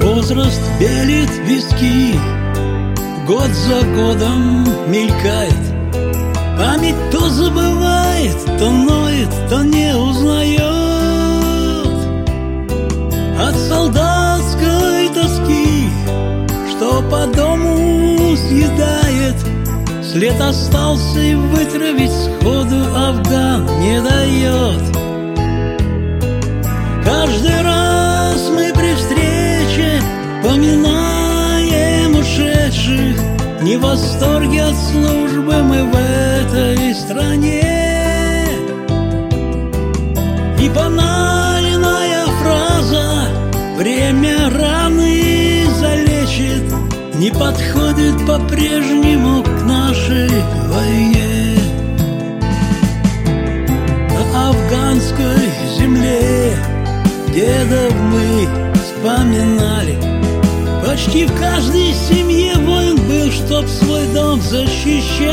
Возраст белит виски, год за годом мелькает. Память то забывает, то ноет, то не узнает. От солдатской тоски, что по дому съедает, след остался и вытравить сходу Афган не дает. Каждый раз мы при встрече поминаем ушедших. Не в восторге от службы мы в этой стране. И банальная фраза «время раны залечит» не подходит по-прежнему к нашей войне. На афганской земле дедов мы вспоминали. Почти в каждой семье воин был, чтоб свой дом защищать.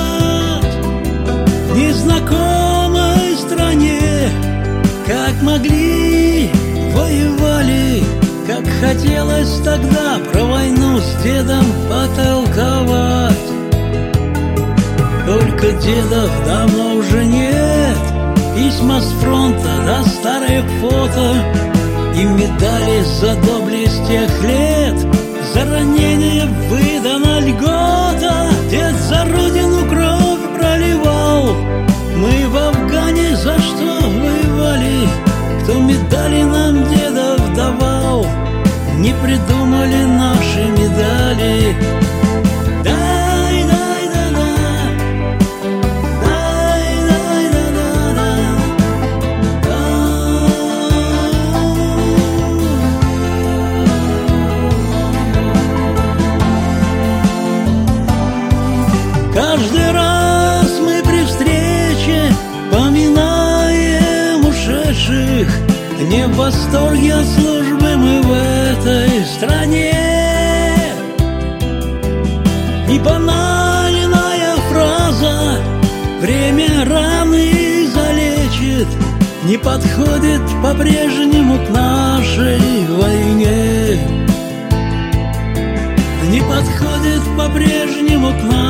В незнакомой стране, как могли, воевали. Как хотелось тогда про войну с дедом потолковать. Только дедов давно уже нет, письма с фронта да старые фото и медали за доблесть тех лет. За ранение выдана льгота. Дед за родину кровь проливал. Мы в Афгане за что воевали? Кто медали нам дедов давал? Не придумали наши медали. Дай, дай, да, да. Дай, дай, да, да, да. Каждый раз мы при встрече поминаем ушедших. Не в восторге от службы мы в этой стране. И банальная фраза «время раны залечит» не подходит по-прежнему к нашей войне. Не подходит по-прежнему к нашей